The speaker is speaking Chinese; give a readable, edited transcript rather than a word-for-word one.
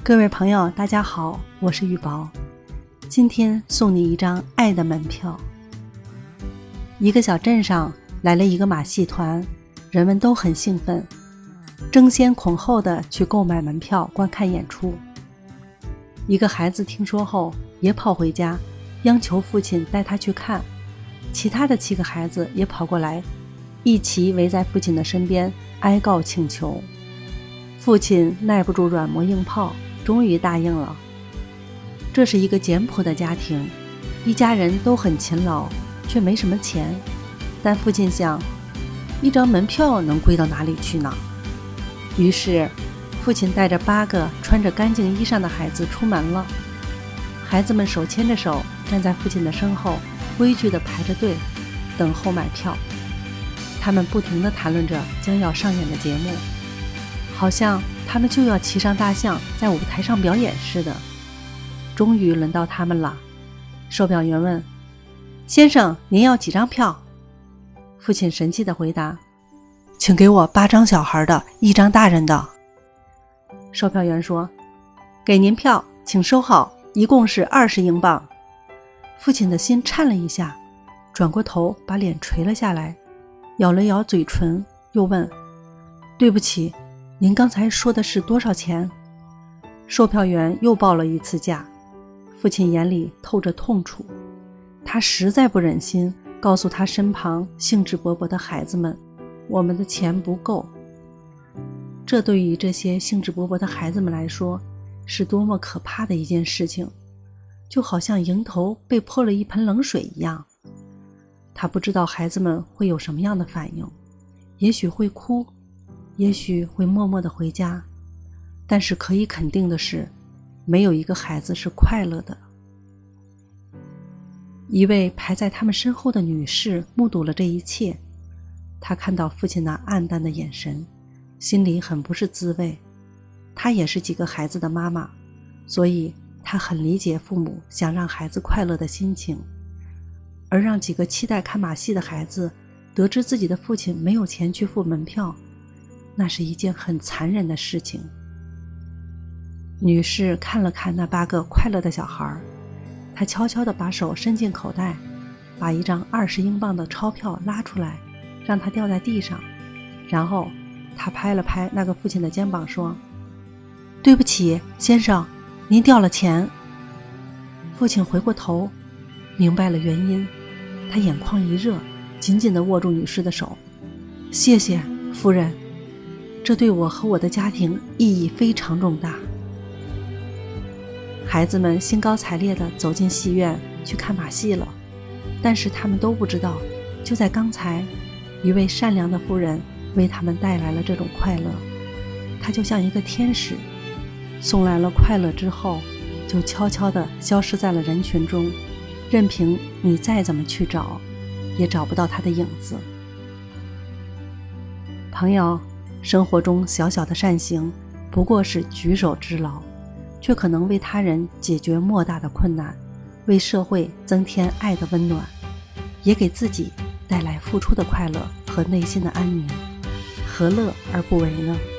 各位朋友大家好，我是玉宝，今天送你一张爱的门票。一个小镇上来了一个马戏团，人们都很兴奋，争先恐后的去购买门票观看演出。一个孩子听说后也跑回家，央求父亲带他去看。其他的7个孩子也跑过来，一齐围在父亲的身边哀告请求。父亲耐不住软磨硬泡，终于答应了。这是一个简朴的家庭，一家人都很勤劳，却没什么钱。但父亲想，一张门票能贵到哪里去呢？于是父亲带着8个穿着干净衣裳的孩子出门了。孩子们手牵着手站在父亲的身后，规矩地排着队等候买票。他们不停地谈论着将要上演的节目，好像他们就要骑上大象在舞台上表演似的。终于轮到他们了，售票员问：先生，您要几张票？父亲神气地回答：请给我8张小孩的，1张大人的。售票员说：给您票，请收好，一共是20英镑。父亲的心颤了一下，转过头把脸垂了下来，咬了咬嘴唇，又问：对不起，您刚才说的是多少钱？售票员又报了一次价。父亲眼里透着痛楚，他实在不忍心告诉他身旁兴致勃勃的孩子们，我们的钱不够。这对于这些兴致勃勃的孩子们来说，是多么可怕的一件事情，就好像迎头被泼了一盆冷水一样。他不知道孩子们会有什么样的反应，也许会哭，也许会默默地回家，但是可以肯定的是，没有一个孩子是快乐的。一位排在他们身后的女士目睹了这一切，她看到父亲那暗淡的眼神，心里很不是滋味。她也是几个孩子的妈妈，所以她很理解父母想让孩子快乐的心情。而让几个期待看马戏的孩子得知自己的父亲没有钱去付门票，那是一件很残忍的事情。女士看了看那8个快乐的小孩，她悄悄地把手伸进口袋，把1张20英镑的钞票拉出来，让它掉在地上。然后她拍了拍那个父亲的肩膀说：对不起，先生，您掉了钱。父亲回过头，明白了原因，他眼眶一热，紧紧地握住女士的手。谢谢，夫人，这对我和我的家庭意义非常重大。孩子们兴高采烈地走进戏院去看马戏了，但是他们都不知道，就在刚才，一位善良的妇人为他们带来了这种快乐。她就像一个天使，送来了快乐之后，就悄悄地消失在了人群中，任凭你再怎么去找，也找不到他的影子。朋友，生活中小小的善行不过是举手之劳，却可能为他人解决莫大的困难，为社会增添爱的温暖，也给自己带来付出的快乐和内心的安宁，何乐而不为呢？